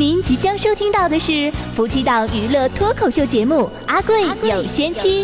您即将收听到的是夫妻档娱乐脱口秀节目《阿贵有仙妻》。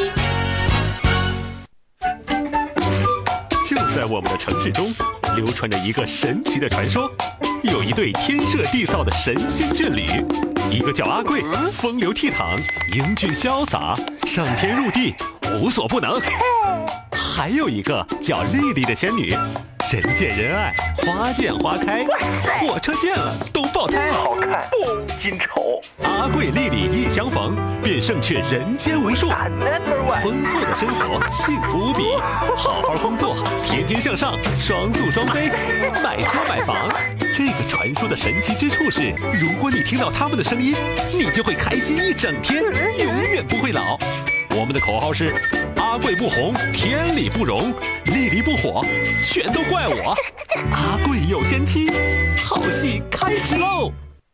就在我们的城市中，流传着一个神奇的传说，有一对天设地造的神仙眷侣，一个叫阿贵，风流倜傥，英俊潇洒，上天入地，无所不能；还有一个叫丽丽的仙女，人见人爱，花见花开，火车见了都爆胎。 好看不金丑， 阿贵丽丽一相逢，便胜却人间无数。婚后的生活幸福无比，好好工作，天天向上，双宿双飞，买车买房。这个传说的神奇之处是，如果你听到他们的声音，你就会开心一整天，永远不会老。我们的口号是：阿贵不红，天理不容；丽丽不火，全都怪我。阿贵有仙妻，好戏开始喽！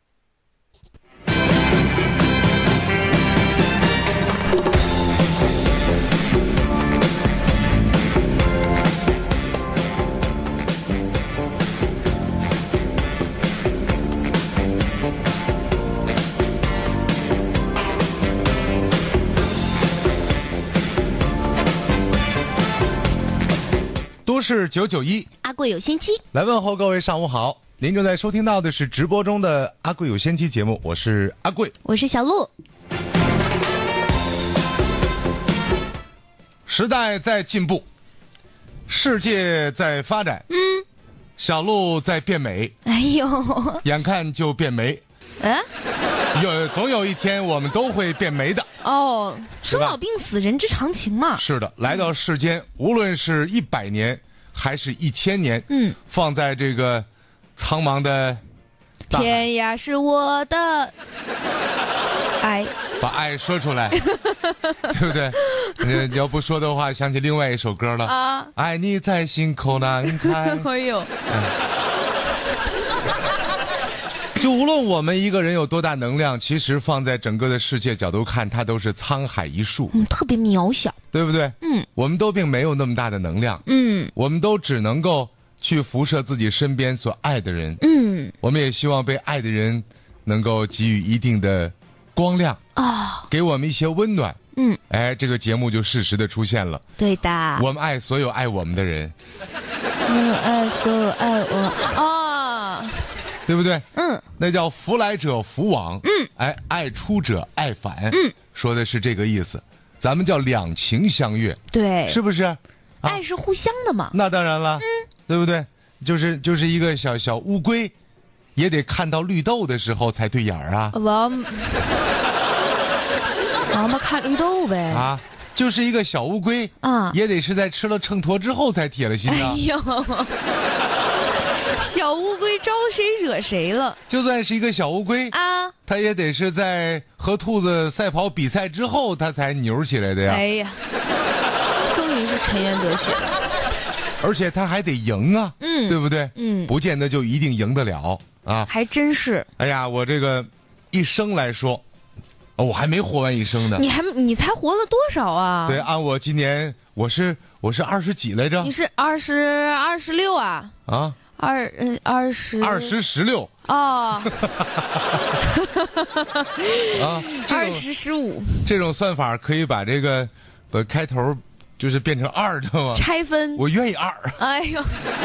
都市991， 阿贵有仙妻， 来问候各位上午好。您正在收听到的是直播中的阿贵有仙妻节目，我是阿贵， 我是小鹿。 时代在进步，世界在发展，小鹿在变美， 哎呦， 眼看就变没，总有一天我们都会变没的。 哦，生老病死，人之常情嘛。 是的，来到世间，无论是100年还是1000年，放在这个苍茫的大海， 天涯是我的爱， 把爱说出来，对不对？你要不说的话，想起另外一首歌了啊，爱你在心口难开。 哎呦， 就无论我们一个人有多大能量，其实放在整个的世界角度看，它都是沧海一粟， 特别渺小， 对不对？我们都并没有那么大的能量，我们都只能够去辐射自己身边所爱的人，我们也希望被爱的人能够给予一定的光亮啊，给我们一些温暖。这个节目就适时的出现了。 对的， 我们爱所有爱我们的人， 爱所有爱我啊， 对不对？那叫福来者福往，爱出者爱返，说的是这个意思。咱们叫两情相悦， 对， 是不是？ 爱是互相的嘛。 那当然了，对不对？就是一个小乌龟，也得看到绿豆的时候才对眼儿啊。 咱们看绿豆呗啊，就是一个小乌龟啊，也得是在吃了秤砣之后才铁了心啊。 哎呦，小乌龟招谁惹谁了？ 就算是一个小乌龟啊，它也得是在和兔子赛跑比赛之后，它才扭起来的呀。 哎呀，终于是沉冤得雪了。 而且它还得赢啊，对不对？不见得就一定赢得了啊。 还真是。 哎呀，我这个一生来说，我还没活完一生呢。 你才活了多少啊？ 对，按我今年我是20几来着？ 你是26啊？啊 ，2016 啊啊 ，2015。 这种算法可以把这个开头就是变成2的吗？ 拆分， 我愿意2。 哎呦，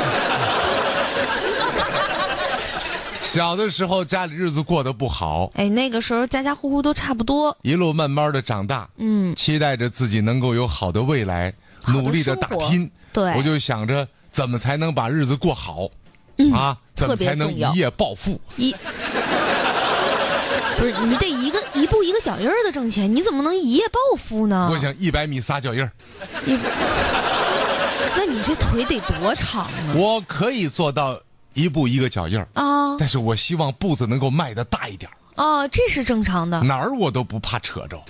小的时候家里日子过得不好， 那个时候家家户户都差不多， 一路慢慢的长大，期待着自己能够有好的未来，努力的打拼。 对， 我就想着怎么才能把日子过好，怎么才能一夜暴富？ 不是，你得一步一个脚印的挣钱，你怎么能一夜暴富呢？ 我想100米撒脚印。 那你这腿得多长啊？ 我可以做到一步一个脚印啊，但是我希望步子能够迈得大一点啊，这是正常的。 哪儿我都不怕扯着，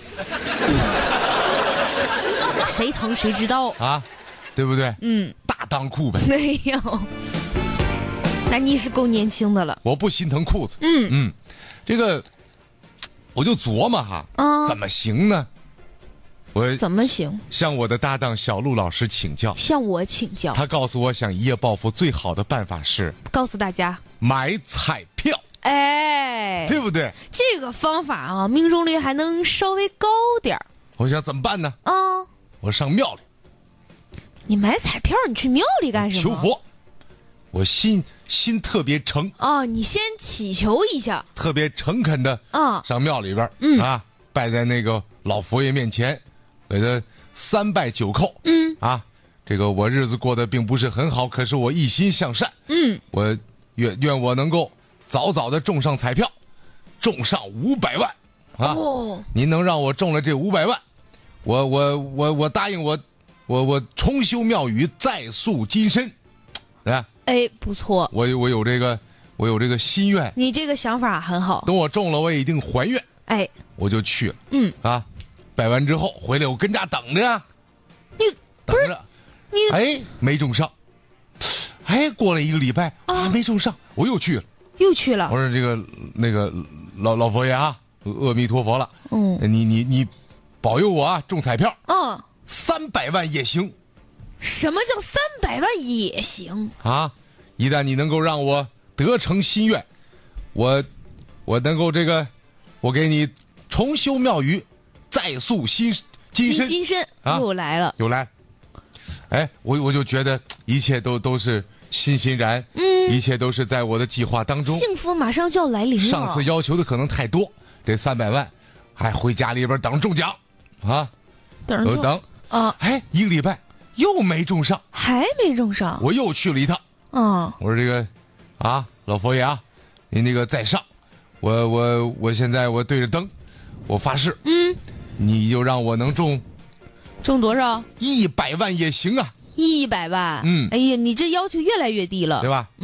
谁疼谁知道啊，对不对？大裆裤呗。 哎呦，那你是够年轻的了。 我不心疼裤子。这个我就琢磨哈，怎么行呢？我怎么行？ 向我的搭档小陆老师请教。 向我请教。 他告诉我，想一夜暴富最好的办法是告诉大家买彩票。 哎， 对不对？ 这个方法啊，命中率还能稍微高点儿。 我想怎么办呢？ 啊， 我上庙里， 你买彩票，你去庙里干什么？ 求佛。我心特别诚啊，你先祈求一下， 特别诚恳的上庙里边拜在那个老佛爷面前，给他3拜9叩。这个我日子过得并不是很好，可是我一心向善。我愿我能够早早的中上彩票，中上500万啊！您能让我中了这500万，我答应我重修庙宇，再塑金身，啊！ 哎，不错， 我有这个心愿。 你这个想法很好。 等我中了，我也一定还愿。 哎， 我就去了。拜完之后回来，我跟家等着呀。 你等着，哎，没中上。哎，过了1个礼拜没中上，我又去了。我说这个那个老佛爷啊，阿弥陀佛了。你保佑我啊，中彩票。300万也行。 什么叫300万也行啊？一旦你能够让我得成心愿，我能够我给你重修庙宇，再塑金身啊！又来了。 哎，我就觉得一切都是欣然，一切都是在我的计划当中。 幸福马上就要来临了。 上次要求的可能太多，这300万，还回家里边等中奖啊！等啊！哎，1个礼拜。又没中上， 还没中上， 我又去了一趟。我说这个，老佛爷啊，您那个在上，我现在我对着灯，我发誓，你就让我能中多少 ？100万也行啊 ！100万，哎呀，你这要求越来越低了， 对吧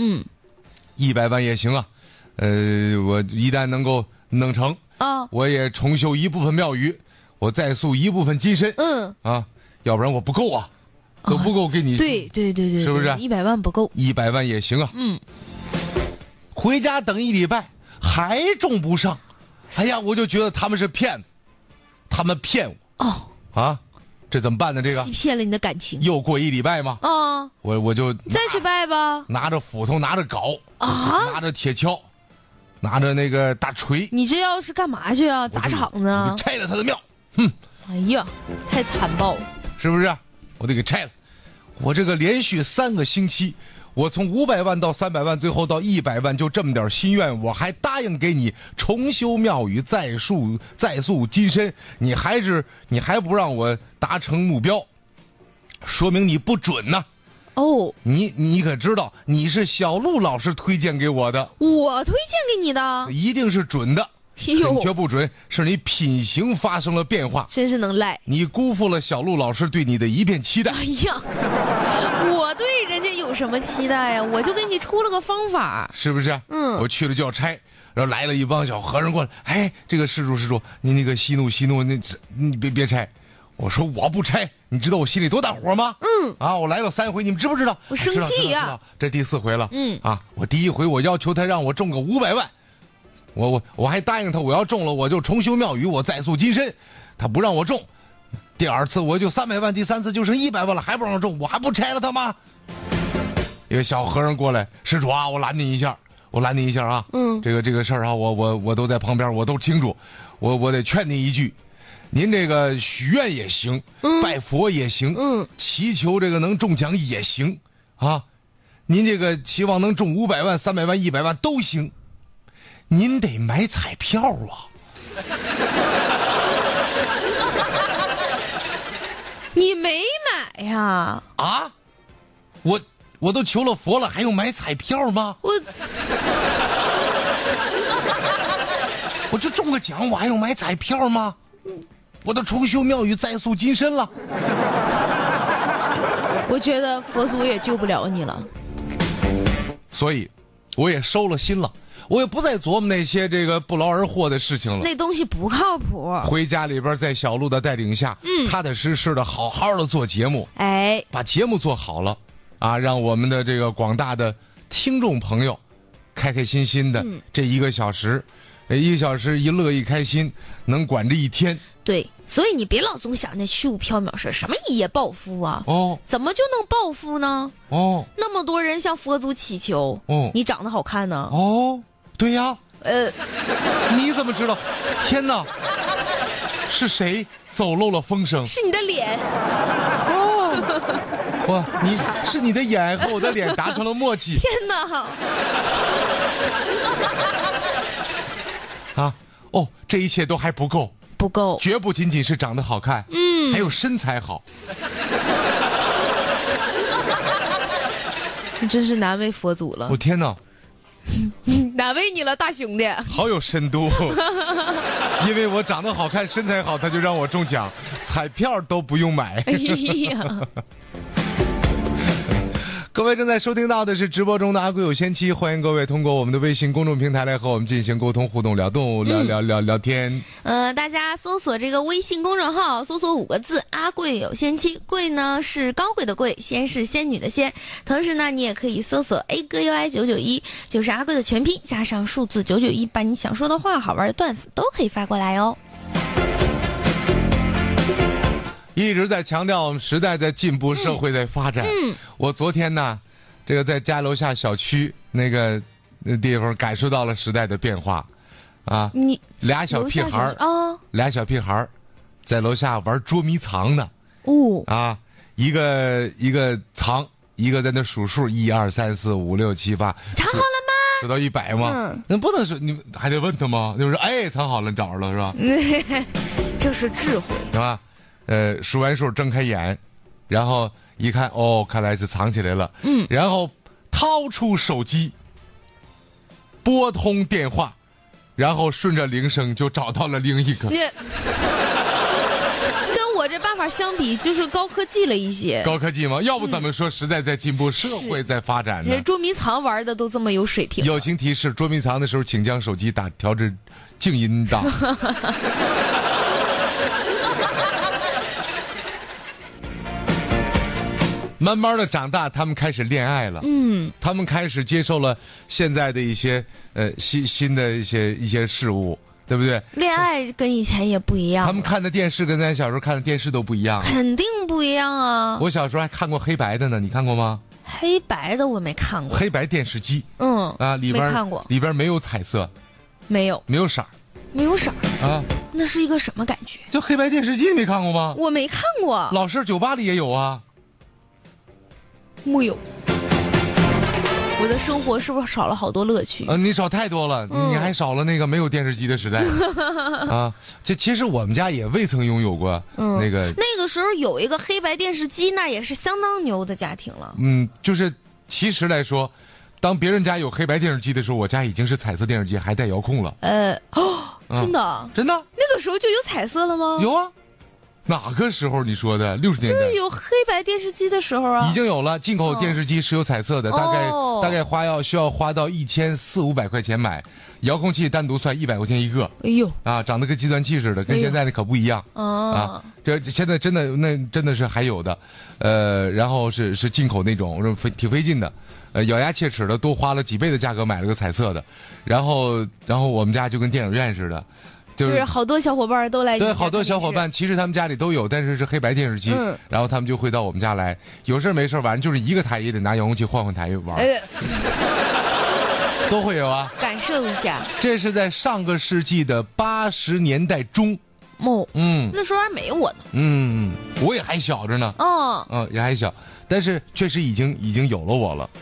？100万也行啊，我一旦能够弄成我也重修一部分庙宇，我再塑一部分金身，要不然我不够啊。都不够给你， 对， 是不是 ？100万不够 ，100万也行啊。回家等1礼拜还中不上，哎呀，我就觉得他们是骗子，他们骗我。这怎么办呢？这个欺骗了你的感情。 又过1礼拜吗？我就再去拜吧。 拿着斧头，拿着镐拿着铁锹，拿着那个大锤。 你这要是干嘛去啊？砸场子啊？ 拆了他的庙。 哎呀，太残暴了， 是不是？我得给拆了。我这个连续3个星期，我从500万到300万，最后到100万，就这么点心愿，我还答应给你重修庙宇，再塑金身，你还不让我达成目标，说明你不准呢。你可知道，你是小陆老师推荐给我的， 我推荐给你的， 一定是准的。准确不准，是你品行发生了变化， 真是能赖。 你辜负了小陆老师对你的一片期待。 哎呀，我对人家有什么期待呀？我就给你出了个方法， 是不是？我去了就要拆，然后来了一帮小和尚过来，哎，这个施主，你那个息怒，你别拆。我说我不拆，你知道我心里多大火吗？我来了3回，你们知不知道？ 我生气呀！ 这第4回了。我第1回我要求他让我中个500万。我还答应他，我要中了我就重修庙宇，我再塑金身。他不让我中，第2次我就300万，第3次就剩100万了，还不让我中，我还不拆了他吗？一个小和尚过来，施主啊，我拦你一下啊。这个事儿啊，我都在旁边，我都清楚。我得劝你一句，您这个许愿也行，拜佛也行，祈求这个能中奖也行啊。您这个希望能中500万、300万、100万都行。您得买彩票啊！ 你没买呀？ 我都求了佛了，还用买彩票吗？我就中个奖，我还用买彩票吗？我都重修庙宇，再塑金身了。 我觉得佛祖也救不了你了， 所以我也收了心了。我也不再琢磨那些这个不劳而获的事情了， 那东西不靠谱。 回家里边，在小陆的带领下，踏踏实实的好好的做节目，把节目做好了，让我们的这个广大的听众朋友开开心心的这1个小时，1个小时一乐一开心，能管这一天。 对，所以你别老总想那虚无缥缈事，什么一夜暴富啊？怎么就能暴富呢？那么多人向佛祖祈求，你长得好看呢？ 对呀， 你怎么知道？天哪，是谁走漏了风声？ 是你的脸。 哇，是你的眼和我的脸达成了默契。 天哪！ 啊，哦，这一切都还不够， 不够， 绝不仅仅是长得好看，还有身材好。 你真是难为佛祖了。 我天哪！ 难为你了，大兄弟。 好有深度。因为我长得好看身材好，他就让我中奖，彩票都不用买。 哎呀。 各位正在收听到的是直播中的阿贵有仙妻，欢迎各位通过我们的微信公众平台来和我们进行沟通互动聊天。 大家搜索这个微信公众号，搜索5个字阿贵有仙妻，贵呢是高贵的贵，仙是仙女的仙。同时呢，你也可以搜索 A 哥 UI 991，就是阿贵的全拼加上数字991，把你想说的话、好玩的段子都可以发过来哦。 一直在强调我们时代在进步，社会在发展。我昨天呢，这个在家楼下小区那地方感受到了时代的变化，啊，俩小屁孩在楼下玩捉迷藏呢。啊，一个藏，一个在那数数，1、2、3、4、5、6、7、8， 藏好了吗？ 数到100吗？那不能说，你还得问他吗？就是哎，藏好了，找着了是吧？ 这是智慧， 是吧？数完数睁开眼，然后一看，哦，看来是藏起来了。然后掏出手机，拨通电话，然后顺着铃声就找到了另一个。 跟我这办法相比，就是高科技了一些。 高科技吗？要不怎么说时代在进步，社会在发展呢？ 捉迷藏玩的都这么有水平。 友情提示：捉迷藏的时候，请将手机调至静音档。慢慢的长大，他们开始恋爱了。他们开始接受了现在的一些新的一些事物，对不对？ 恋爱跟以前也不一样。 他们看的电视跟咱小时候看的电视都不一样。 肯定不一样啊！ 我小时候还看过黑白的呢，你看过吗？ 黑白的我没看过。 黑白电视机，里边没看过，里边没有彩色， 没有色， 没有色啊。 那是一个什么感觉？ 就黑白电视机没看过吗？ 我没看过。 老式酒吧里也有啊。 木有，我的生活是不是少了好多乐趣？ 你少太多了，你还少了那个没有电视机的时代啊！这其实我们家也未曾拥有过那个。 那个时候有一个黑白电视机，那也是相当牛的家庭了。 就是其实来说，当别人家有黑白电视机的时候，我家已经是彩色电视机，还带遥控了。 真的？ 真的？ 那个时候就有彩色了吗？ 有啊。哪个时候你说的？60年代就是有黑白电视机的时候啊， 已经有了。进口电视机是有彩色的，大概需要花到1400-500块钱买，遥控器单独算100块钱一个。 哎呦啊，长得跟计算器似的，跟现在的可不一样啊。这现在真的是还有的，然后是进口那种挺费劲的，咬牙切齿的多花了几倍的价格买了个彩色的，然后我们家就跟电影院似的。 就是好多小伙伴都来， 对，好多小伙伴其实他们家里都有，但是黑白电视机，然后他们就会到我们家来，有事没事晚上就是一个台也得拿遥控器换台玩，都会有啊， 感受一下。 这是在上个世纪的80年代中， 那时候还没我呢， 我也还小着呢，也还小，但是确实已经有了我了。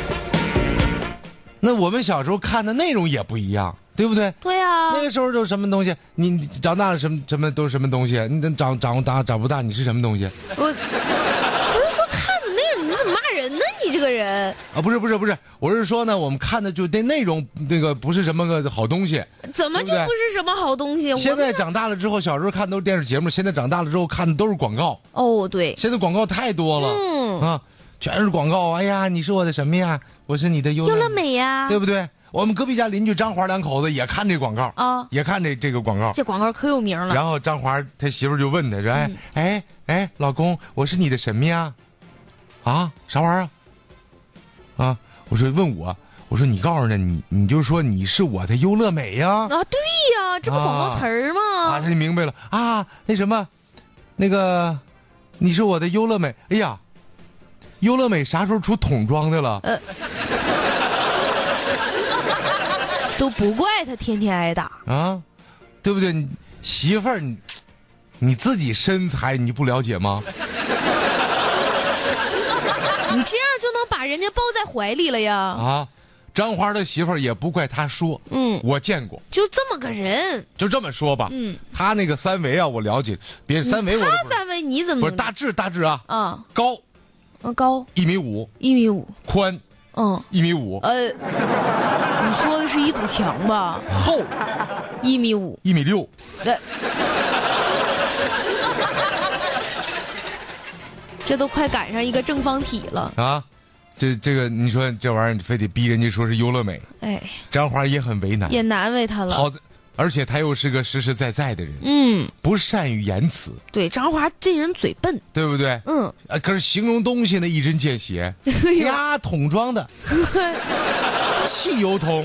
那我们小时候看的内容也不一样。对不对？ 对啊， 那个时候都是什么东西？你长大了什么都是什么东西？你长不大，你是什么东西？ 我是说看的那个，你怎么骂人呢？你这个人啊，不是，我是说呢，我们看的就那内容那个不是什么个好东西。 怎么就不是什么好东西？ 现在长大了之后，小时候看都是电视节目，现在长大了之后看的都是广告。 哦，对， 现在广告太多了，全是广告。哎呀，你是我的什么呀？我是你的优乐美呀， 对不对？我们隔壁家邻居张华两口子也看这广告啊， 也看这个广告。 这广告可有名了。 然后张华他媳妇就问他说：“哎，老公，我是你的什么呀？啊，啥玩意儿？啊，我说问我说你告诉他你就说你是我的优乐美呀。 啊，对呀，这不广告词儿吗？ 啊，他就明白了啊，那什么，那个你是我的优乐美。哎呀，优乐美啥时候出桶装的了？ 都不怪他天天挨打啊，对不对？你媳妇儿，你自己身材你不了解吗？ 你这样就能把人家抱在怀里了呀？ 啊，张花的媳妇儿也不怪他说，我见过， 就这么个人， 就这么说吧，他那个三围啊，我了解，别三围我他三围你怎么不是大致啊，高 1.5米，1.5米， 宽 ，1.5 米， 你说的是一堵墙吧？ 厚 1.5米 ，1.6米， 对。这都快赶上一个正方体了啊！这个，你说这玩意儿，你非得逼人家说是优乐美， 哎， 张花也很为难， 也难为他了。 好，而且他又是个实实在在的人，不善于言辞。 对，张花这人嘴笨， 对不对？可是形容东西呢一针见血，呀，桶装的，汽油桶，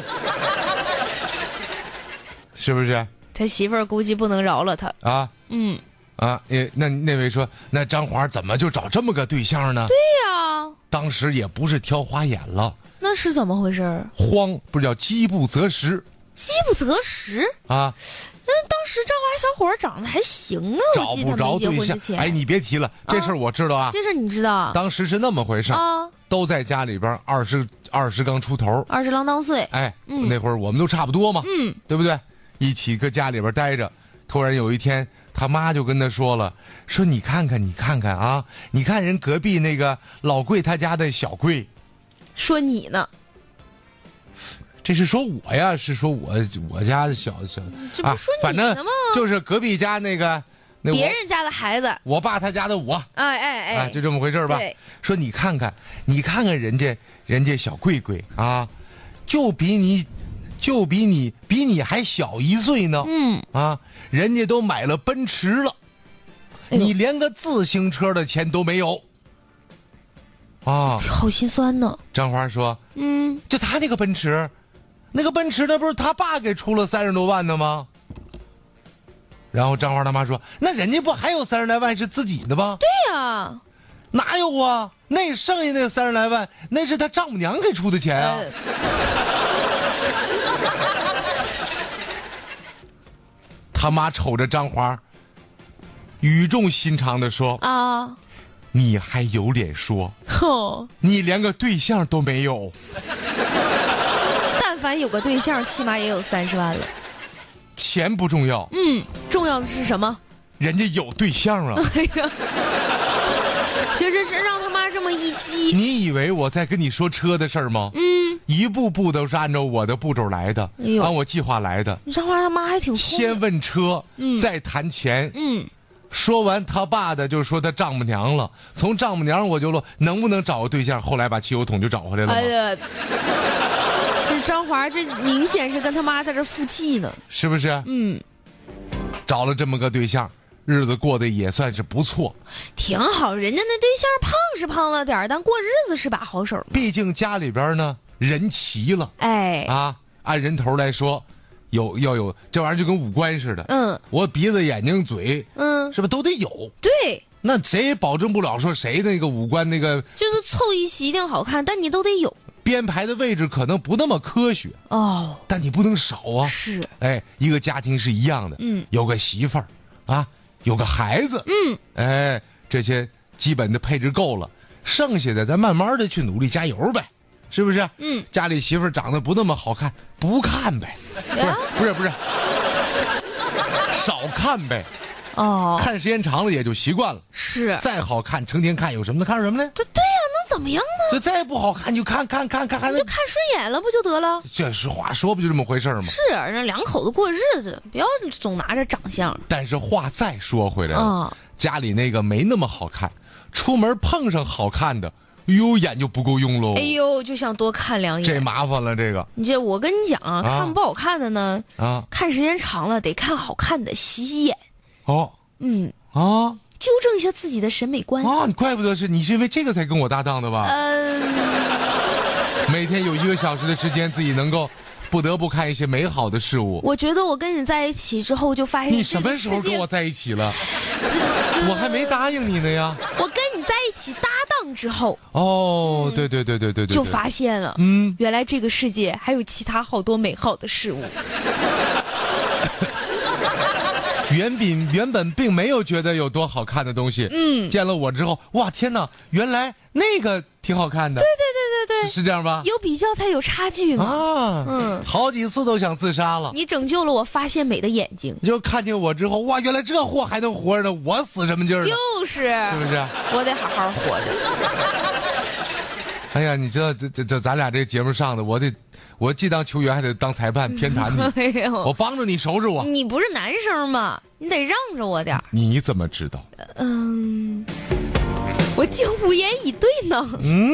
是不是？ 他媳妇儿估计不能饶了他啊。那位说，那张花怎么就找这么个对象呢？ 对呀， 当时也不是挑花眼了， 那是怎么回事？ 慌，不是叫饥不择食。 饥不择食啊！ 那当时张花小伙长得还行啊， 找不着对象。哎，你别提了，这事儿我知道啊。 这事儿你知道？ 当时是那么回事啊，都在家里边20刚出头 ，20郎当岁。 哎，那会儿我们都差不多嘛，对不对？一起搁家里边待着，突然有一天。他妈就跟他说了，说你看看啊，你看人隔壁那个老贵他家的小贵， 说你呢， 这是说我呀，是说我家的小这不说你呢吗？反正就是隔壁家那别人家的孩子， 我爸他家的我， 哎， 就这么回事吧。说你看看人家小贵贵啊，就比你还小1岁呢，人家都买了奔驰了，你连个自行车的钱都没有，啊， 好心酸呢。 张花说，就他那个奔驰那不是他爸给出了30多万的吗？然后张花他妈说，那人家不还有30来万是自己的吗？ 对呀， 哪有啊？那剩下那30来万，那是他丈母娘给出的钱啊。他妈瞅着张花，语重心长地说：“啊，你还有脸说？你连个对象都没有。 但凡有个对象，起码也有30万了。 钱不重要， 重要的是什么？ 人家有对象啊！ 哎呀，就是让他妈这么一激。 你以为我在跟你说车的事儿吗？一步步都是按照我的步骤来的，按我计划来的。 张花他妈还挺先问车，再谈钱。说完他爸的就说他丈母娘了，从丈母娘我就说能不能找个对象，后来把汽油桶就找回来了吗？哎呀， 这张华这明显是跟他妈在这负气呢， 是不是？找了这么个对象，日子过得也算是不错， 挺好。人家那对象胖是胖了点，但过日子是把好手。 毕竟家里边呢人齐了， 哎啊，按人头来说，要有这玩意儿就跟五官似的，我鼻子眼睛嘴，是不是都得有？ 对， 那谁也保证不了说谁那个五官那个就是凑一起一定好看，但你都得有。 编排的位置可能不那么科学哦， 但你不能少啊。 是， 哎，一个家庭是一样的，有个媳妇儿啊，有个孩子，哎，这些基本的配置够了，剩下的咱慢慢的去努力加油呗，是不是？家里媳妇儿长得不那么好看，不看呗，不是，少看呗。哦，看时间长了也就习惯了。 是， 再好看，成天看有什么的？看什么呢？ 对呀，能怎么样呢？ 这再不好看就看，你就看顺眼了不就得了？ 这是话说不就这么回事吗？ 是，那两口子过日子，不要总拿着长相。 但是话再说回来了，家里那个没那么好看，出门碰上好看的，哟，眼就不够用喽。 哎呦，就想多看两眼， 这麻烦了。这个， 我跟你讲啊，看不好看的呢，看时间长了得看好看的，洗洗眼。纠正一下自己的审美观啊！你怪不得你是因为这个才跟我搭档的吧？每天有1个小时的时间，自己能够不得不看一些美好的事物。 我觉得我跟你在一起之后，就发现你什么时候跟我在一起了？我还没答应你呢呀！ 我跟你在一起搭档浪之后， 对， 就发现了，原来这个世界还有其他好多美好的事物。 原本并没有觉得有多好看的东西，见了我之后，哇，天哪，原来那个挺好看的。对，是这样吧？ 有比较才有差距嘛。 好几次都想自杀了。 你拯救了我发现美的眼睛。 就看见我之后，哇，原来这货还能活着呢，我死什么劲儿？ 就是， 是不是？ 我得好好活着。 哎呀，你知道这咱俩这个节目上的，我既当球员还得当裁判偏袒你。哎呦，我帮着你收拾我。 你不是男生吗？你得让着我点。 你怎么知道？ 我竟无言以对呢。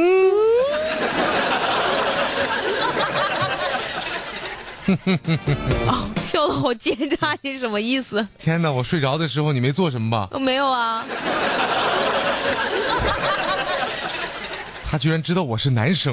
笑得好奸诈，你是什么意思？ 天哪，我睡着的时候你没做什么吧？ 没有啊。 他居然知道我是男生。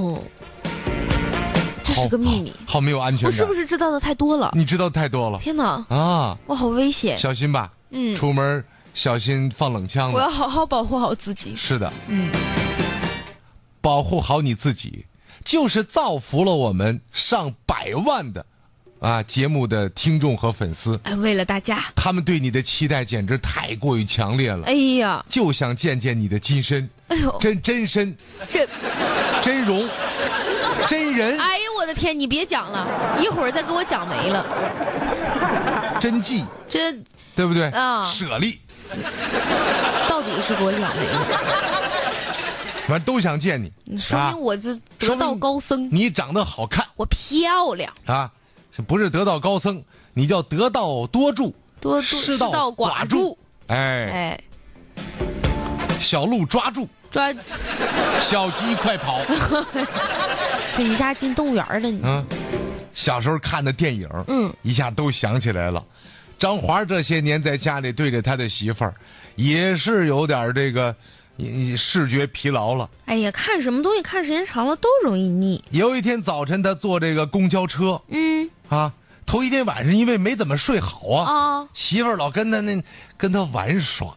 这是个秘密。 好没有安全感。 我是不是知道的太多了？ 你知道的太多了。 天哪！ 啊， 我好危险。 小心吧。出门小心放冷枪。 我要好好保护好自己。 是的。保护好你自己，就是造福了我们上百万的节目的听众和粉丝。 为了大家， 他们对你的期待简直太过于强烈了。哎呀，就想见见你的金身。哎呦，真身，真容，真人。 哎呦我的天，你别讲了，一会儿再给我讲没了。 真迹，对不对？舍利， 到底是给我讲没了。 反正都想见你， 说明我这得道高僧。 你长得好看， 我漂亮啊，不是得道高僧，你叫得道多助，失道寡助。哎，小鹿抓住，小鸡快跑。 这一下进动物园了你。 小时候看的电影，一下都想起来了。张华这些年在家里对着他的媳妇儿，也是有点这个视觉疲劳了。 哎呀，看什么东西看时间长了都容易腻。 有一天早晨他坐这个公交车，头一天晚上因为没怎么睡好啊，媳妇儿老跟他玩耍。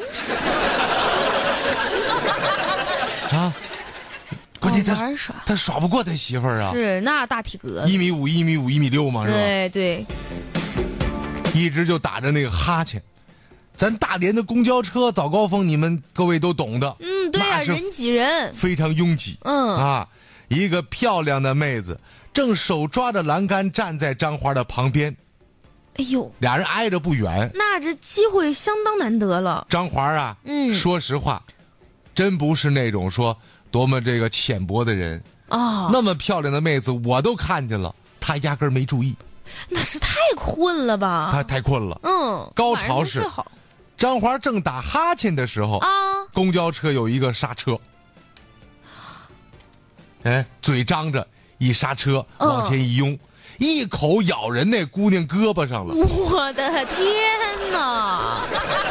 关键他耍不过他媳妇儿啊。 是那大体格 1.5米、1.5米、1.6米嘛，是吧？ 对， 一直就打着那个哈欠。咱大连的公交车早高峰，你们各位都懂的。 对啊，人挤人， 非常拥挤。一个漂亮的妹子正手抓着栏杆站在张华的旁边。 哎呦， 俩人挨着不远， 那这机会相当难得了。 张华说实话，真不是那种说多么这个浅薄的人那么漂亮的妹子我都看见了，他压根没注意。 那是太困了吧？ 他太困了。高潮是张华正打哈欠的时候公交车有一个刹车，嘴张着一刹车，往前一拥，一口咬人那姑娘胳膊上了。 我的天哪！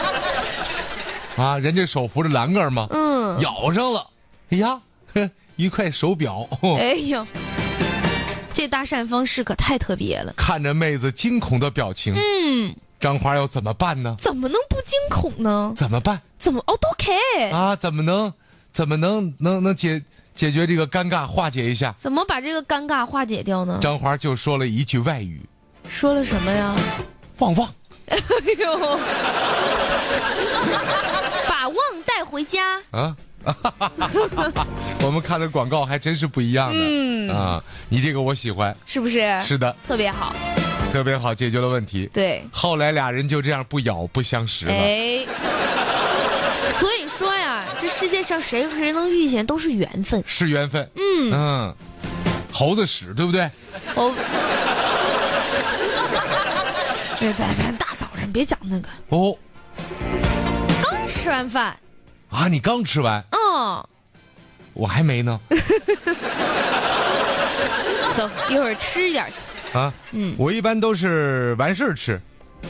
人家手扶着栏杆嘛，咬上了。哎呀，一块手表。 哎呦，这搭讪方式可太特别了。 看着妹子惊恐的表情，张华要怎么办呢？ 怎么能不惊恐呢？ 怎么办？ 都 OK 怎么能解决这个尴尬，化解一下？ 怎么把这个尴尬化解掉呢？ 张华就说了一句外语。 说了什么呀？ 旺旺。 哎呦，把旺带回家我们看的广告还真是不一样的。你这个我喜欢。 是不是？ 是的， 特别好， 特别好，解决了问题。 对， 后来俩人就这样不咬不相识了。 所以说呀，这世界上谁和谁能遇见都是缘分。 是缘分。猴子屎对不对？ 咱大早上别讲那个。刚吃完饭。 你刚吃完？我还没呢。 走，一会儿吃一点去。 我一般都是完事儿吃。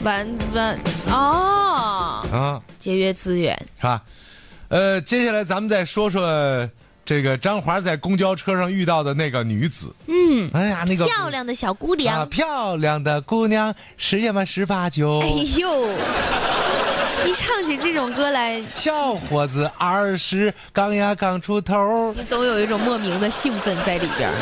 节约资源是吧？接下来咱们再说说这个张华在公交车上遇到的那个女子。哎呀，那个漂亮的小姑娘。 漂亮的姑娘，10也嘛18、9。 哎呦， 你唱起这种歌来， 小伙子20刚呀刚出头， 你总有一种莫名的兴奋在里边。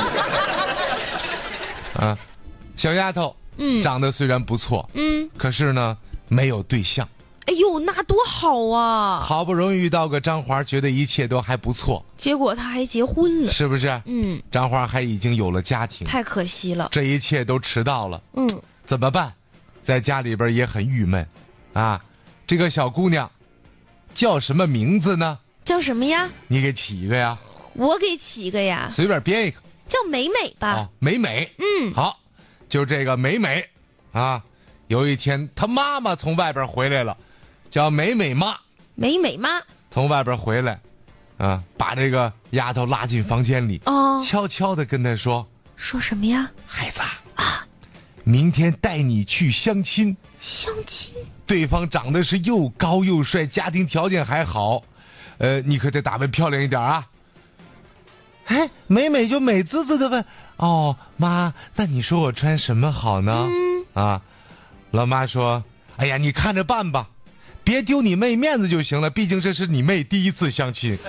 啊，小丫头，长得虽然不错，可是呢没有对象。 哎呦，那多好啊！ 好不容易遇到个张华，觉得一切都还不错， 结果他还结婚了， 是不是？张华还已经有了家庭， 太可惜了。 这一切都迟到了，怎么办？在家里边也很郁闷，啊，这个小姑娘叫什么名字呢？ 叫什么呀？ 你给起一个呀？ 我给起一个呀？ 随便编一个， 叫美美吧。 哦，美美，好，就这个美美，啊，有一天她妈妈从外边回来了。叫美美妈， 美美妈从外边回来，啊，把这个丫头拉进房间里，悄悄地跟她说：“ 说什么呀？ 孩子啊，明天带你去相亲。 相亲？ 对方长得是又高又帅，家庭条件还好，你可得打扮漂亮一点啊。”哎，美美就美滋滋的问：“哦，妈，那你说我穿什么好呢？”啊，老妈说：“哎呀，你看着办吧。”别丢你妹面子就行了，毕竟这是你妹第一次相亲。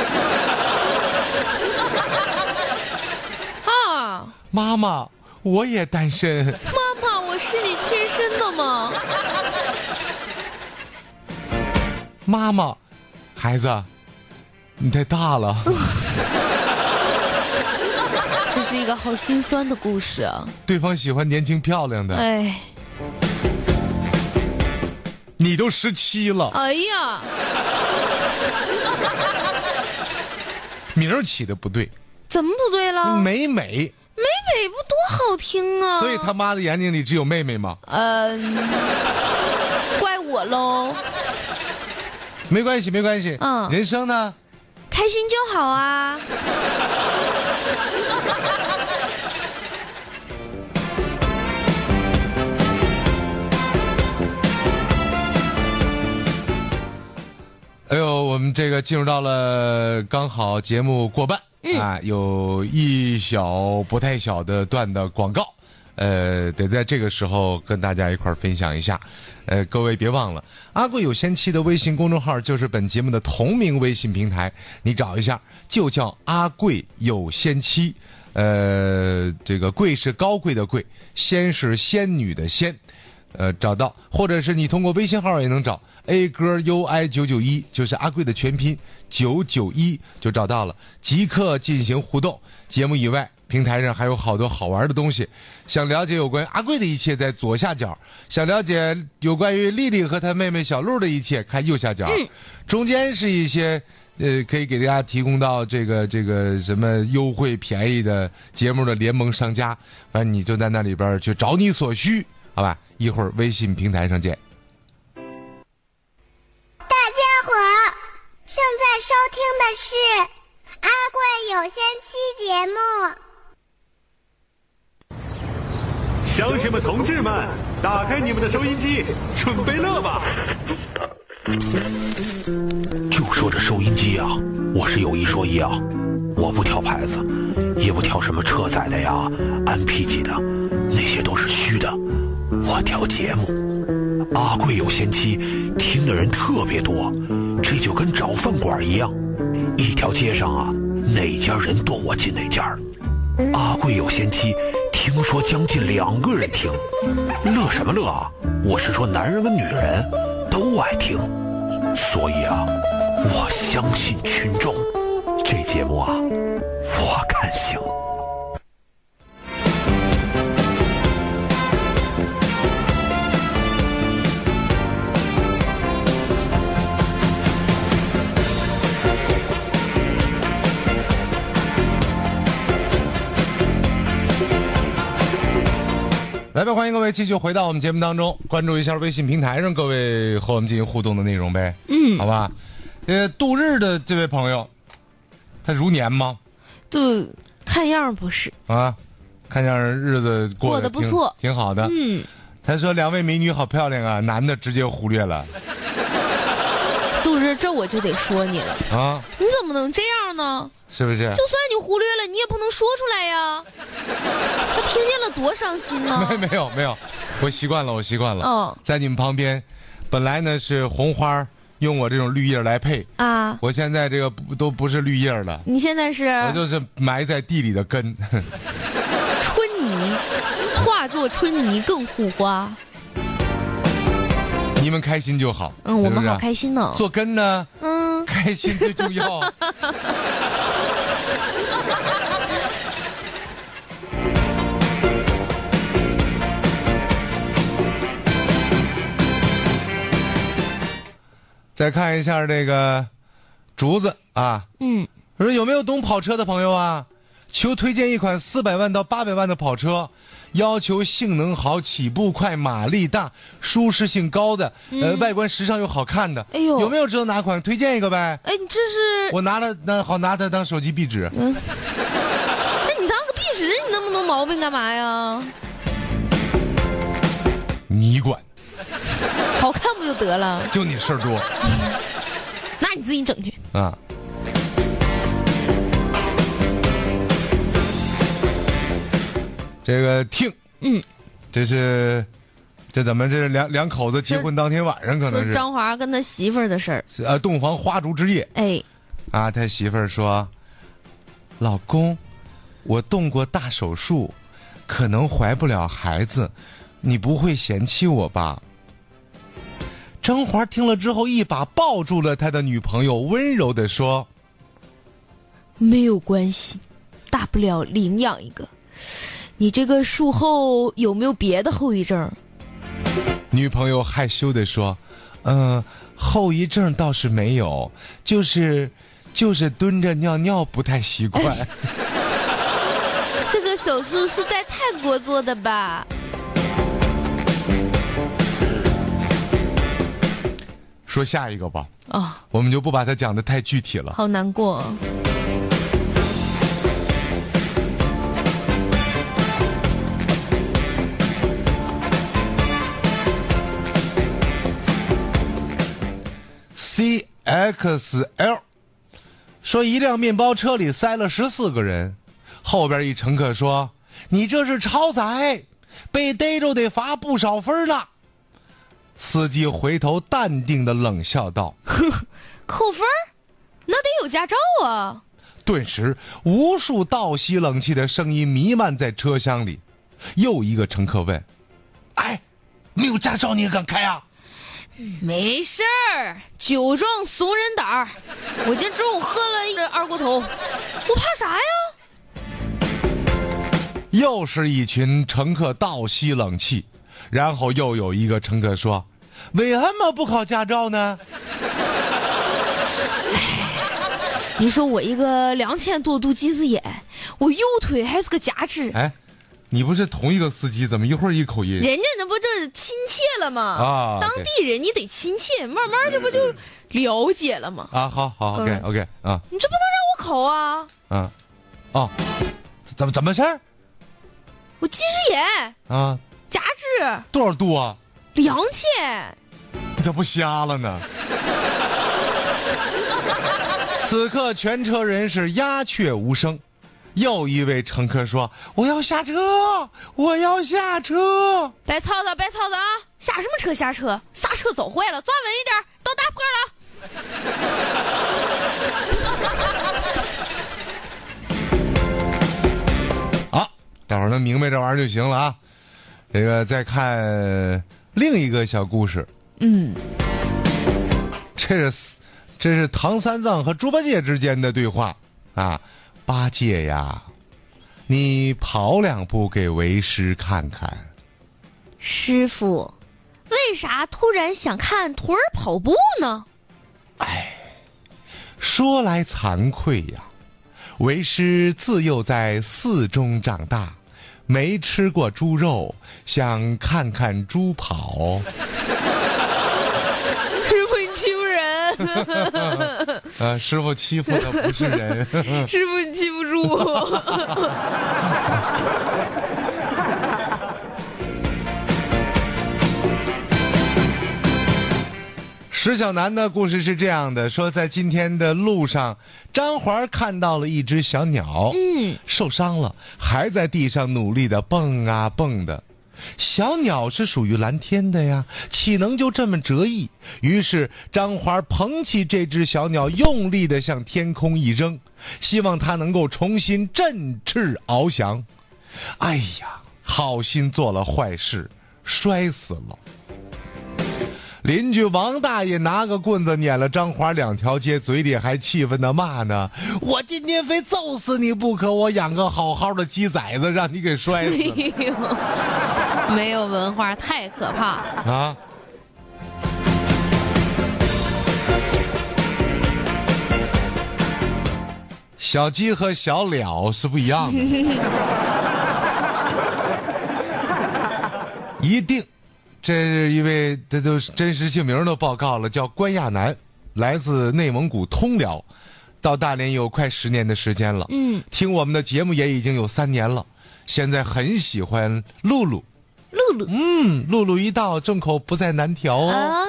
啊， 妈妈，我也单身。 妈妈，我是你亲生的吗？ 妈妈，孩子，你太大了。 这是一个好心酸的故事啊。 对方喜欢年轻漂亮的。 哎。 你都17了， 哎呀， 名儿起的不对， 怎么不对了？ 美美， 美美不多好听啊！ 所以他妈的眼睛里只有妹妹吗？ 怪我喽。 没关系，没关系，人生呢， 开心就好啊。 哎呦，我们这个进入到了刚好节目过半，啊，有一小不太小的段的广告，得在这个时候跟大家一块儿分享一下。各位别忘了，阿贵有仙妻的微信公众号就是本节目的同名微信平台，你找一下，就叫阿贵有仙妻。这个贵是高贵的贵，仙是仙女的仙。找到，或者是你通过微信号也能找 A 歌 UI991，就是阿贵的全拼991就找到了，即刻进行互动。节目以外，平台上还有好多好玩的东西。想了解有关于阿贵的一切，在左下角；想了解有关于丽丽和她妹妹小鹿的一切，看右下角。中间是一些可以给大家提供到这个什么优惠便宜的节目的联盟商家，反正你就在那里边去找你所需，好吧？一会儿微信平台上见。 大家伙，正在收听的是阿贵有仙妻节目。 乡亲们、同志们，打开你们的收音机，准备乐吧！ 就说这收音机啊，我是有一说一啊，我不挑牌子，也不挑什么车载的呀、MP 级的，那些都是虚的。我挑节目，阿贵有仙妻，听的人特别多，这就跟找饭馆一样，一条街上啊，哪家人多我进哪家。阿贵有仙妻，听说将近2个人听，乐什么乐啊？我是说男人跟女人都爱听，所以啊，我相信群众，这节目啊，我看行。 来吧，欢迎各位继续回到我们节目当中，关注一下微信平台上各位和我们进行互动的内容呗。好吧。度日的这位朋友，他如年吗？ 对，看样不是啊，看样日子过得不错， 挺好的。他说2位美女好漂亮啊，男的直接忽略了。 度日，这我就得说你了啊！你怎么能这样呢？ 是不是？ 就算你忽略了，你也不能说出来呀。他听见了多伤心呢。 没有，我习惯了。在你们旁边， 本来呢是红花用我这种绿叶来配啊， 我现在这个都不是绿叶了， 你现在是我就是埋在地里的根。 春泥，化作春泥更护花。 你们开心就好， 我们好开心呢。 做根呢，开心最重要。再看一下这个竹子啊，说有没有懂跑车的朋友啊？求推荐一款400万到800万的跑车，要求性能好、起步快、马力大、舒适性高的，外观时尚又好看的。哎呦，有没有知道哪款？推荐一个呗。 哎，你这是我拿它当手机壁纸。 那你当个壁纸，你那么多毛病干嘛呀？ 你管。 好看不就得了？ 就你事儿多。 那你自己整去啊。这个听，这怎么这是两口子结婚当天晚上可能是张华跟他媳妇儿的事儿。 洞房花烛之夜，他媳妇儿说，老公，我动过大手术，可能怀不了孩子，你不会嫌弃我吧？张华听了之后，一把抱住了他的女朋友，温柔地说：“ 没有关系，大不了领养一个。你这个术后有没有别的后遗症？” 女朋友害羞地说：“后遗症倒是没有，就是蹲着尿尿不太习惯。” 这个手术是在泰国做的吧？ 说下一个吧，我们就不把它讲得太具体了。 好难过。 CXL 说一辆面包车里塞了14个人，后边一乘客说：“你这是超载，被逮着得罚不少分呢。”司机回头淡定地冷笑道：“ 扣分？那得有驾照啊！” 顿时，无数倒吸冷气的声音弥漫在车厢里。又一个乘客问：“哎，没有驾照你也敢开啊？”“ 没事儿，酒壮怂人胆儿。我今中午喝了一二锅头，我怕啥呀？” 又是一群乘客倒吸冷气。然后又有一个乘客说：“为什么不考驾照呢？” 你说我一个2000多度近视眼，我右腿还是个假肢。 哎，你不是同一个司机，怎么一会儿一口音？ 人家那不这亲切了吗？当地人你得亲切，慢慢这不就了解了吗？ 好 OK 啊！ 你这不能让我考啊！ 怎么事儿？ 我近视眼啊。 假肢多少度啊 ？2000， 你咋不瞎了呢？此刻全车人是鸦雀无声。又一位乘客说：“我要下车，我要下车。” 别吵吵啊！下什么车下车？刹车走坏了，抓稳一点，到大坡了。 好，待会儿能明白这玩意儿就行了啊。这个再看另一个小故事，这是唐三藏和猪八戒之间的对话啊。八戒呀，你跑2步给为师看看。 师傅，为啥突然想看徒儿跑步呢？ 哎，说来惭愧呀，为师自幼在寺中长大，没吃过猪肉，想看看猪跑。 师傅，你欺负人！ 师傅欺负的不是人。 师傅，你欺负猪。 石小楠的故事是这样的，说在今天的路上，张华看到了一只小鸟，受伤了，还在地上努力的蹦啊蹦的。 小鸟是属于蓝天的呀，岂能就这么折翼？于是张华捧起这只小鸟，用力地向天空一扔，希望它能够重新振翅翱翔。哎呀，好心做了坏事，摔死了。邻居王大爷拿个棍子撵了张华2条街，嘴里还气愤地骂呢：我今天非揍死你不可，我养个好好的鸡崽子让你给摔死了。 哎呦，没有文化太可怕啊！小鸡和小鸟是不一样的。一定，这是一位，这都是真实姓名都报告了，叫关亚楠，来自内蒙古通辽，到大连有快10年的时间了。听我们的节目也已经有3年了，现在很喜欢露露。 露露， 露露一到，众口不再难调哦。 啊，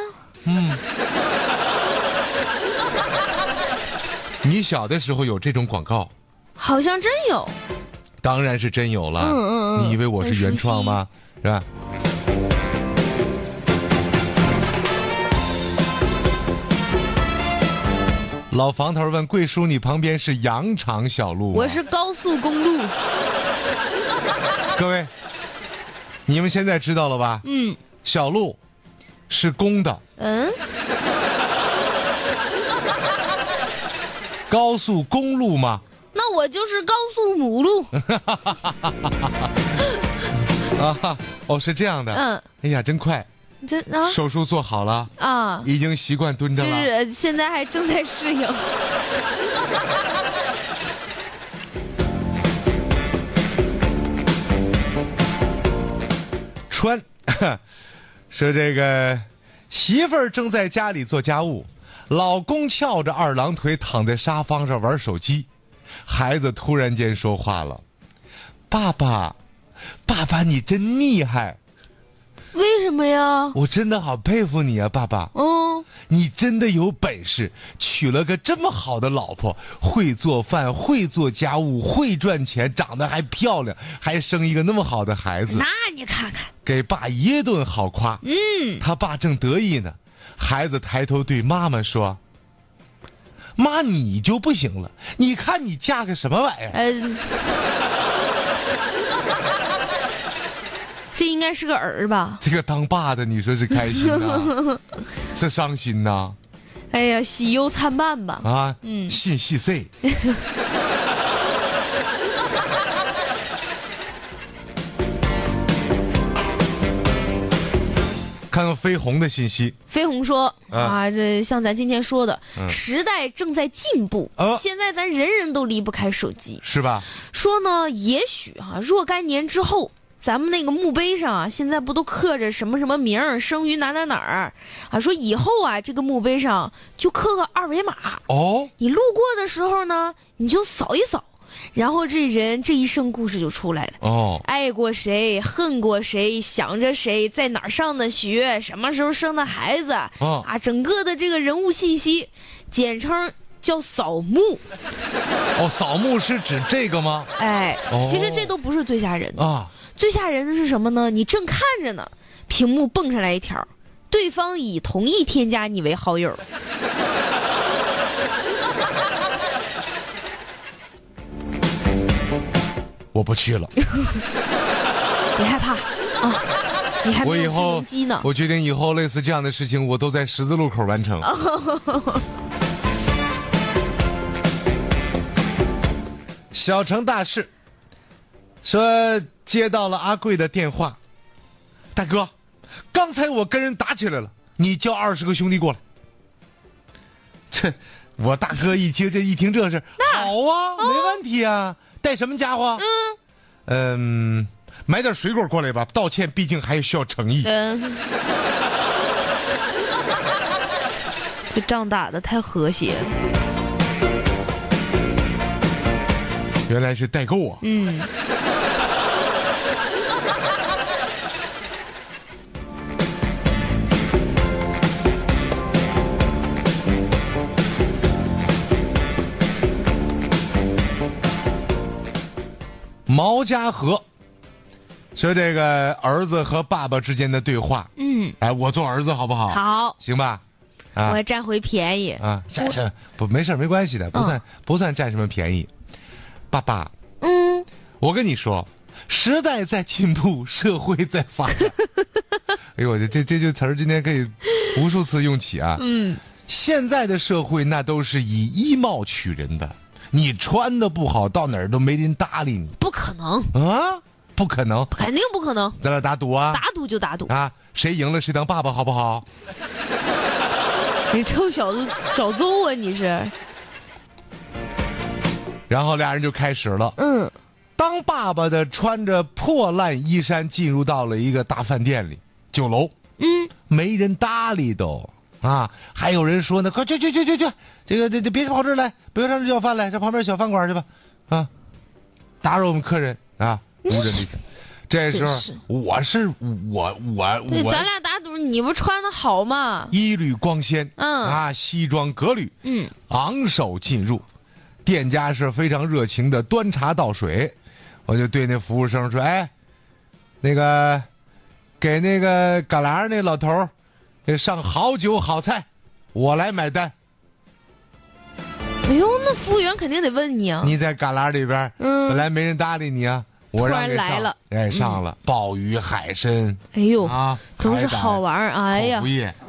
你小的时候有这种广告？ 好像真有。 当然是真有了。你以为我是原创吗？是吧？老房头问贵叔：“你旁边是羊肠小路吗？” 我是高速公路。 各位，你们现在知道了吧？小路是公的。高速公路吗？ 那我就是高速母路。 是这样的。哎呀，真快。手术做好了啊，已经习惯蹲着了。 就是现在还正在适应。 川说这个媳妇儿正在家里做家务，老公翘着2郎腿躺在沙发上玩手机，孩子突然间说话了：“爸爸，爸爸你真厉害。” 为什么呀？ 我真的好佩服你啊，爸爸。你真的有本事，娶了个这么好的老婆，会做饭，会做家务，会赚钱，长得还漂亮，还生一个那么好的孩子。 那你看看， 给爸一顿好夸。他爸正得意呢，孩子抬头对妈妈说：“妈，你就不行了，你看你嫁个什么玩意儿？” 这应该是个儿吧？ 这个当爸的，你说是开心呐，是伤心呐？ 哎呀，喜忧参半吧。 啊，心细碎。看看飞鸿的信息。 飞鸿说这像咱今天说的，时代正在进步，现在咱人人都离不开手机， 是吧？说呢，也许若干年之后，咱们那个墓碑上现在不都刻着什么什么名儿，生于哪哪哪儿说以后这个墓碑上就刻个2维码你路过的时候呢，你就扫一扫，然后这人这一生故事就出来了爱过谁，恨过谁，想着谁，在哪儿上的学，什么时候生的孩子整个的这个人物信息，简称叫扫墓。 扫墓是指这个吗？ 其实这都不是最吓人的最吓人的是什么呢？你正看着呢，屏幕蹦上来一条，对方已同意添加你为好友。 我不去了。 别害怕你还没有智能机呢。 我决定以后类似这样的事情，我都在十字路口完成。小成大事说接到了阿贵的电话，大哥，刚才我跟人打起来了，你叫20个兄弟过来。这我大哥一听这事，好啊，没问题啊，带什么家伙？买点水果过来吧，道歉毕竟还需要诚意。 这仗打得太和谐了。 原来是代购啊。毛家河说这个儿子和爸爸之间的对话。哎，我做儿子好不好？ 好， 行吧？ 啊，我占回便宜啊，这不没事没关系的，不算占什么便宜。爸爸，我跟你说，时代在进步，社会在发展。哎呦，这句词儿今天可以无数次用起啊。现在的社会那都是以衣帽取人的，你穿的不好，到哪儿都没人搭理你。 不可能啊！不可能， 肯定不可能。 咱俩打赌啊！ 打赌就打赌啊！谁赢了谁当爸爸，好不好？ 你臭小子找揍啊！你是。 然后俩人就开始了。当爸爸的穿着破烂衣衫进入到了一个大饭店里，酒楼。没人搭理都啊！还有人说呢，快去！这别跑这儿来，别上这叫饭来，这旁边小饭馆去吧。啊，打扰我们客人啊！无人理睬。这时候我咱俩打赌，你不穿的好吗？ 衣履光鲜，西装革履，昂首进入，店家是非常热情的端茶倒水，我就对那服务生说：“哎，那个给那个旮旯那老头给上好酒好菜，我来买单。” 哎呦，那服务员肯定得问你啊！ 你在旮旯里边，本来没人搭理你啊。我让你来了， 哎，上了鲍鱼、海参， 哎呦啊， 都是好玩儿，哎呀，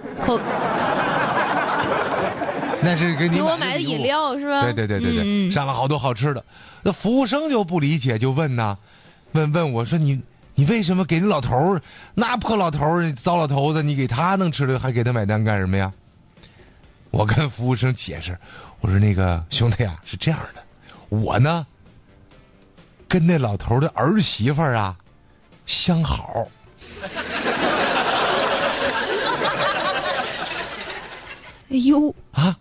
那是给我买的饮料是吧？ 对，上了好多好吃的。那服务生就不理解，就问呐，问我说你为什么给那老头儿那破老头儿糟老头子，你给他能吃的，还给他买单干什么呀？我跟服务生解释，我说那个兄弟啊，是这样的，我呢。跟那老头的儿媳妇儿啊，相好。 哎呦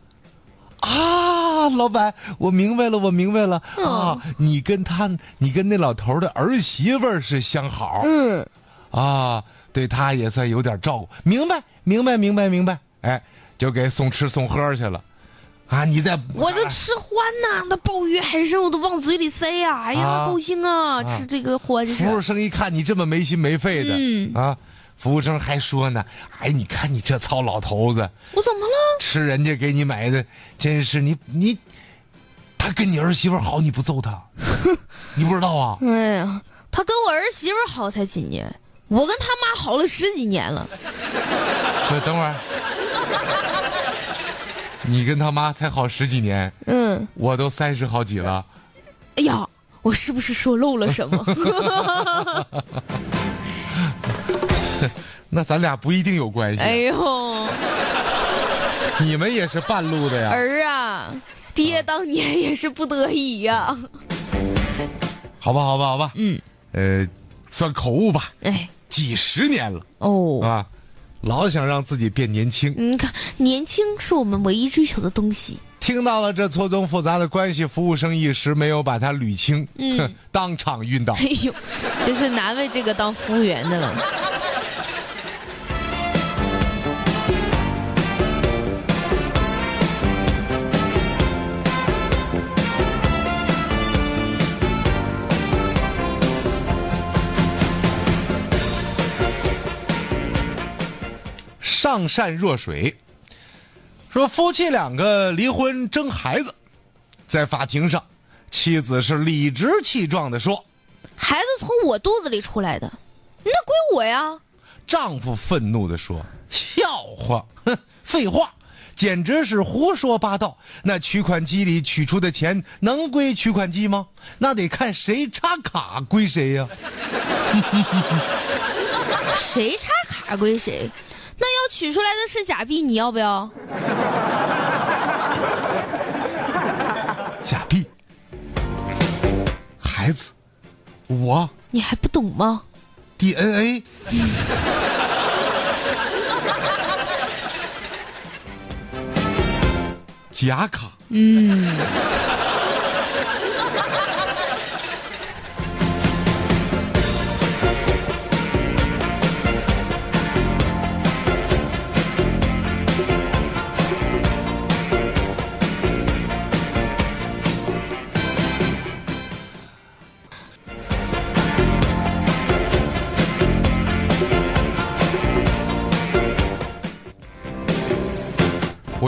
老板，我明白了啊！你跟那老头的儿媳妇儿是相好。对他也算有点照顾。明白。哎，就给送吃送喝去了。啊！ 我就吃欢呐，那鲍鱼海参我都往嘴里塞呀！哎呀，高兴啊！吃这个欢是。 服务生一看你这么没心没肺的，服务生还说呢，哎，你看你这糙老头子， 我怎么了？ 吃人家给你买的，真是你，他跟你儿媳妇好，你不揍他？你不知道啊？ 哎呀，他跟我儿媳妇好才几年，我跟他妈好了10几年了。 等会儿。你跟他妈才好10几年，我都30好几了。 哎呀，我是不是说漏了什么？ 那咱俩不一定有关系。 哎呦， 你们也是半路的呀。 儿啊，爹当年也是不得已呀。 好吧。算口误吧。哎，几10年了。啊。老想让自己变年轻， 你看，年轻是我们唯一追求的东西。 听到了这错综复杂的关系，服务生一时没有把它捋清，当场晕倒。 哎呦，真是难为这个当服务员的了。 上善若水，说夫妻2个离婚争孩子，在法庭上，妻子是理直气壮地说：“ 孩子从我肚子里出来的，那归我呀。” 丈夫愤怒地说：“笑话，废话，简直是胡说八道！那取款机里取出的钱能归取款机吗？那得看谁插卡归谁呀。” 谁插卡归谁？那要取出来的是假币，你要不要？ 假币，孩子，我， 你还不懂吗 ？DNA，假卡，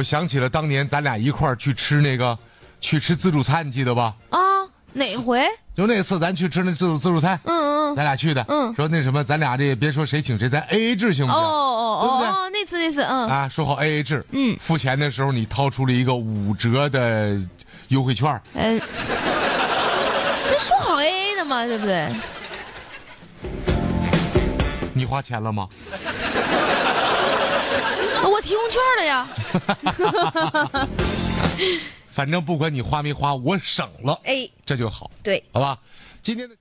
我想起了当年咱俩一块儿去吃自助餐，你记得吧？ 啊，哪回？ 就那次咱去吃那自助餐，咱俩去的，说那什么，咱俩这别说谁请谁，咱 AA 制行不行？对不对？ 那次， 啊，说好 AA 制，付钱的时候你掏出了一个5折的优惠券， 这说好 AA 的嘛，对不对？ 你花钱了吗？ 我提供券了呀。 反正不管你花没花，我省了，这就好， 对， 好吧？今天的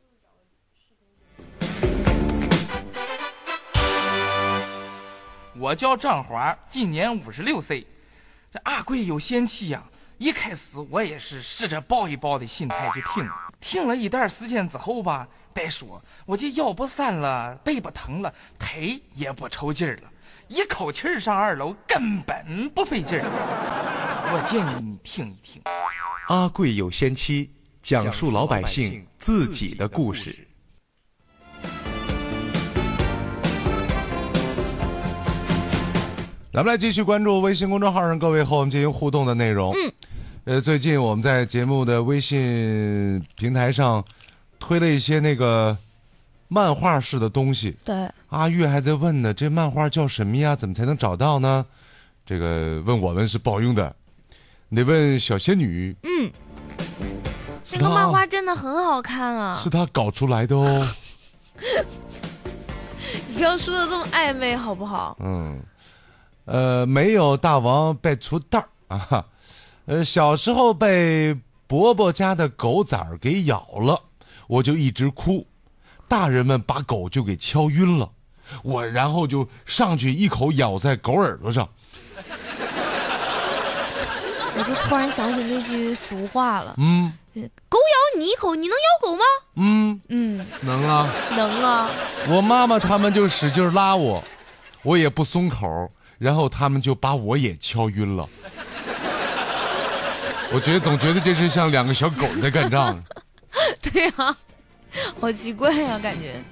我叫张华，今年56岁。这阿贵有仙妻呀，一开始我也是试着抱一抱的心态去听了一段时间之后吧，别说我这腰不酸了，背不疼了，腿也不抽筋了，一口气上2楼根本不费劲儿。我建议你听一听。 阿贵有仙妻，讲述老百姓自己的故事。 咱们来继续关注微信公众号上各位和我们进行互动的内容。最近我们在节目的微信平台上推了一些那个漫画式的东西。 对， 阿月还在问呢，这漫画叫什么呀？怎么才能找到呢？这个问我们是不好用的，你得问小仙女。 那个漫画真的很好看啊， 是他搞出来的哦。 你不要说的这么暧昧好不好？ 没有大王被出蛋啊。小时候被伯伯家的狗崽儿给咬了，我就一直哭，大人们把狗就给敲晕了，我然后就上去一口咬在狗耳朵上。 我就突然想起那句俗话了，狗咬你一口，你能咬狗吗？ 能啊， 能啊。 我妈妈他们就使劲拉我，我也不松口，然后他们就把我也敲晕了。我总觉得这是像2个小狗在干仗。 对啊，好奇怪啊，感觉。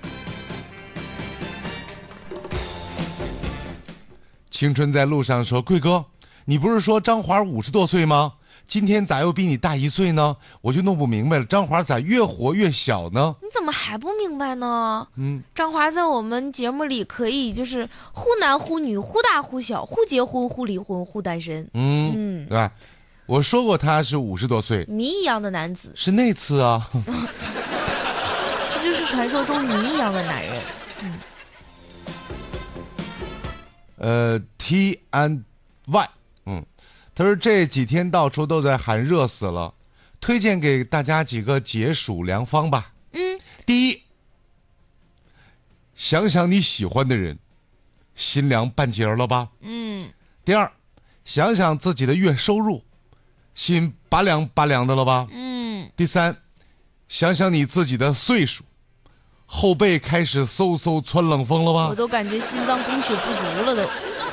青春在路上说，贵哥，你不是说张华50多岁吗？今天咋又比你大1岁呢？我就弄不明白了，张华咋越活越小呢？ 你怎么还不明白呢？张华在我们节目里可以就是忽男忽女，忽大忽小，忽结婚忽离婚，忽单身。 对吧？我说过他是50多岁， 谜一样的男子， 是那次啊。 这就是传说中谜一样的男人。 T and Y，他说这几天到处都在喊热死了，推荐给大家几个解暑良方吧。第一，想想你喜欢的人，心凉半截了吧？第二，想想自己的月收入，心拔凉拔凉的了吧？第三，想想你自己的岁数，后背开始嗖嗖窜冷风了吧？ 我都感觉心脏供血不足了都。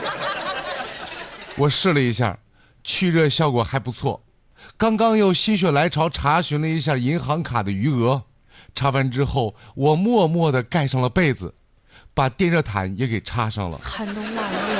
我试了一下，去热效果还不错。刚刚又心血来潮查询了一下银行卡的余额，查完之后，我默默地盖上了被子，把电热毯也给插上了。 寒冬腊月。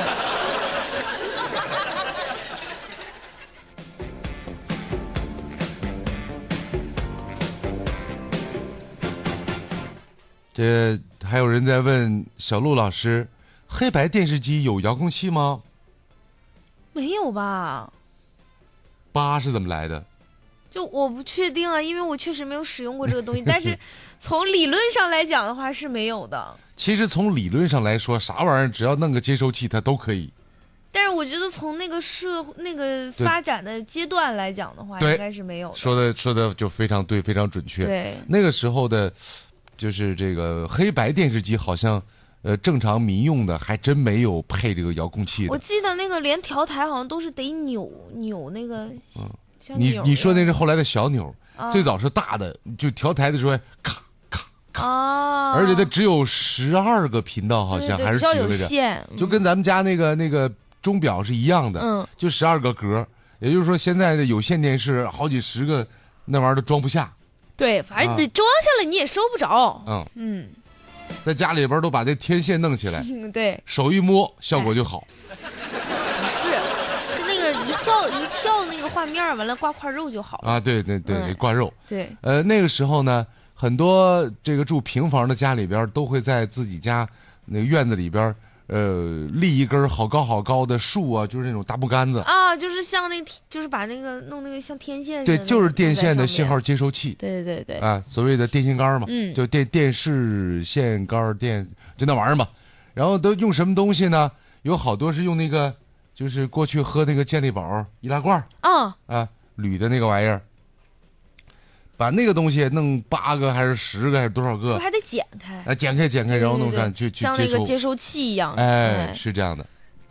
这还有人在问小陆老师，黑白电视机有遥控器吗？ 没有吧 ？8是怎么来的？ 就我不确定啊，因为我确实没有使用过这个东西。但是从理论上来讲的话是没有的。 其实从理论上来说，啥玩意儿只要弄个接收器它都可以。 但是我觉得从那个发展的阶段来讲的话，应该是没有的。 说的就非常对，非常准确。 对， 那个时候的，就是这个黑白电视机好像。正常民用的还真没有配这个遥控器的。 我记得那个连调台好像都是得扭那个。 你说那是后来的小钮，最早是大的，就调台的时候咔咔咔，而且它只有12个频道，好像还是几个来着，就跟咱们家那个钟表是一样的，就12个格。也就是说，现在的有线电视好几10个，那玩意儿都装不下。 对，反正你装下了你也收不着。 在家里边都把这天线弄起来， 对， 手一摸效果就好。 不是那个跳那个画面，完了挂块肉就好了啊。对，挂肉。 对， 那个时候呢，很多这个住平房的家里边都会在自己家那个院子里边，立一根好高的树啊，就是那种大木杆子啊，就是像那，就是把那个弄那个像天线似的， 对， 就是电线的信号接收器。 对啊，所谓的电线杆嘛，就电视线杆就那玩意儿嘛。然后都用什么东西呢？有好多是用那个，就是过去喝那个健力宝易拉罐铝的那个玩意儿，把那个东西弄8个还是10个还是多少个？ 还得剪开啊，剪开，然后弄上去像那个接收器一样。 哎，是这样的。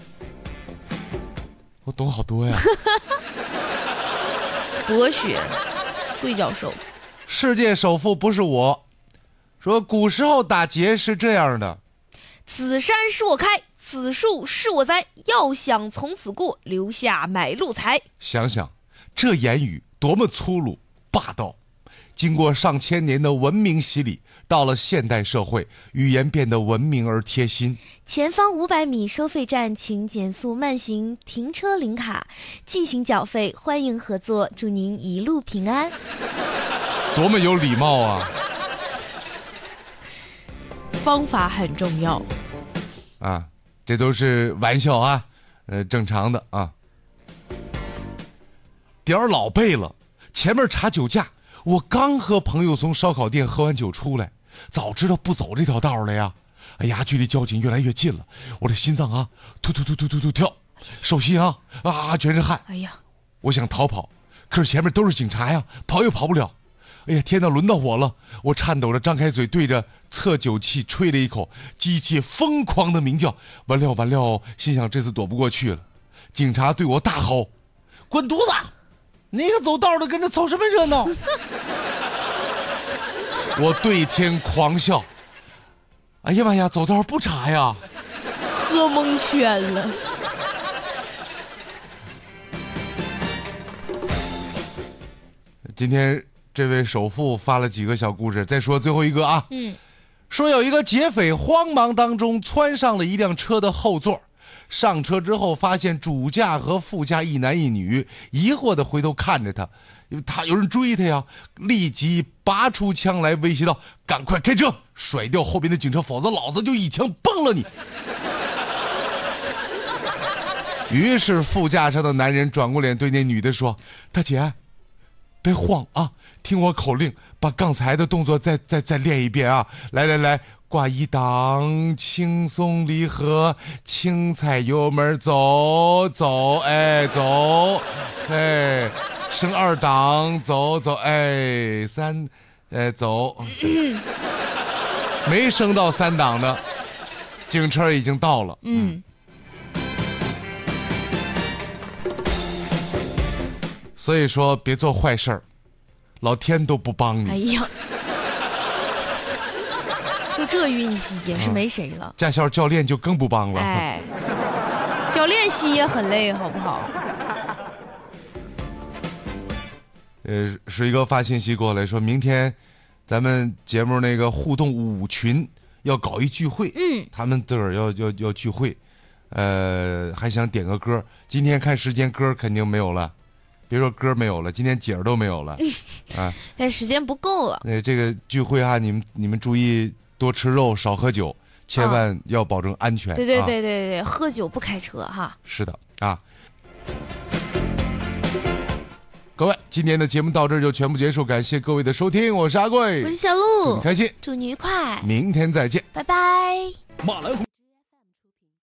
我懂好多呀。 博学，桂教授。 世界首富不是我，说古时候打劫是这样的。 此山是我开，此树是我栽，要想从此过，留下买路财。 想想这言语多么粗鲁霸道，经过上千年的文明洗礼，到了现代社会，语言变得文明而贴心。 前方500米收费站，请减速慢行，停车领卡进行缴费，欢迎合作，祝您一路平安。 多么有礼貌啊！ 方法很重要啊，这都是玩笑啊，正常的啊。点儿老背了，前面查酒驾，我刚和朋友从烧烤店喝完酒出来，早知道不走这条道了呀。哎呀，距离交警越来越近了，我的心脏啊，突跳，手心啊全是汗。 哎呀， 我想逃跑，可是前面都是警察呀，跑也跑不了。哎呀，天哪，轮到我了！我颤抖着张开嘴，对着测酒器吹了一口，机器疯狂的鸣叫。完了，心想这次躲不过去了。警察对我大吼：“滚犊子！你个走道的跟着凑什么热闹？”我对天狂笑。哎呀妈呀，走道不查呀， 喝蒙圈了。 今天这位首富发了几个小故事，再说最后一个啊。说有一个劫匪慌忙当中窜上了一辆车的后座，上车之后发现主驾和副驾一男一女，疑惑的回头看着他，因为他有人追他呀，立即拔出枪来威胁道：“赶快开车，甩掉后边的警车，否则老子就一枪崩了你。”于是副驾上的男人转过脸对那女的说：“大姐，别慌啊，听我口令，把刚才的动作再练一遍啊！来，挂一档，轻松离合，轻踩油门，走，哎，走，哎，升2档，走，哎，3，哎，走。没升到3档呢，警车已经到了。所以说别做坏事儿，老天都不帮你。 哎呀，就这运气也是没谁了。 驾校教练就更不帮了。 哎，教练心也很累，好不好？ 水哥发信息过来说，明天咱们节目那个互动5群要搞一聚会，他们自个儿要聚会，还想点个歌。今天看时间，歌肯定没有了。别说歌没有了，今天姐儿都没有了，啊！ 但时间不够了。 这个聚会啊，你们注意多吃肉，少喝酒，千万要保证安全。 对，喝酒不开车哈。 是的啊。各位，今天的节目到这儿就全部结束，感谢各位的收听，我是阿贵， 我是小鹿， 很开心， 祝你愉快， 明天再见， 拜拜。 马兰红。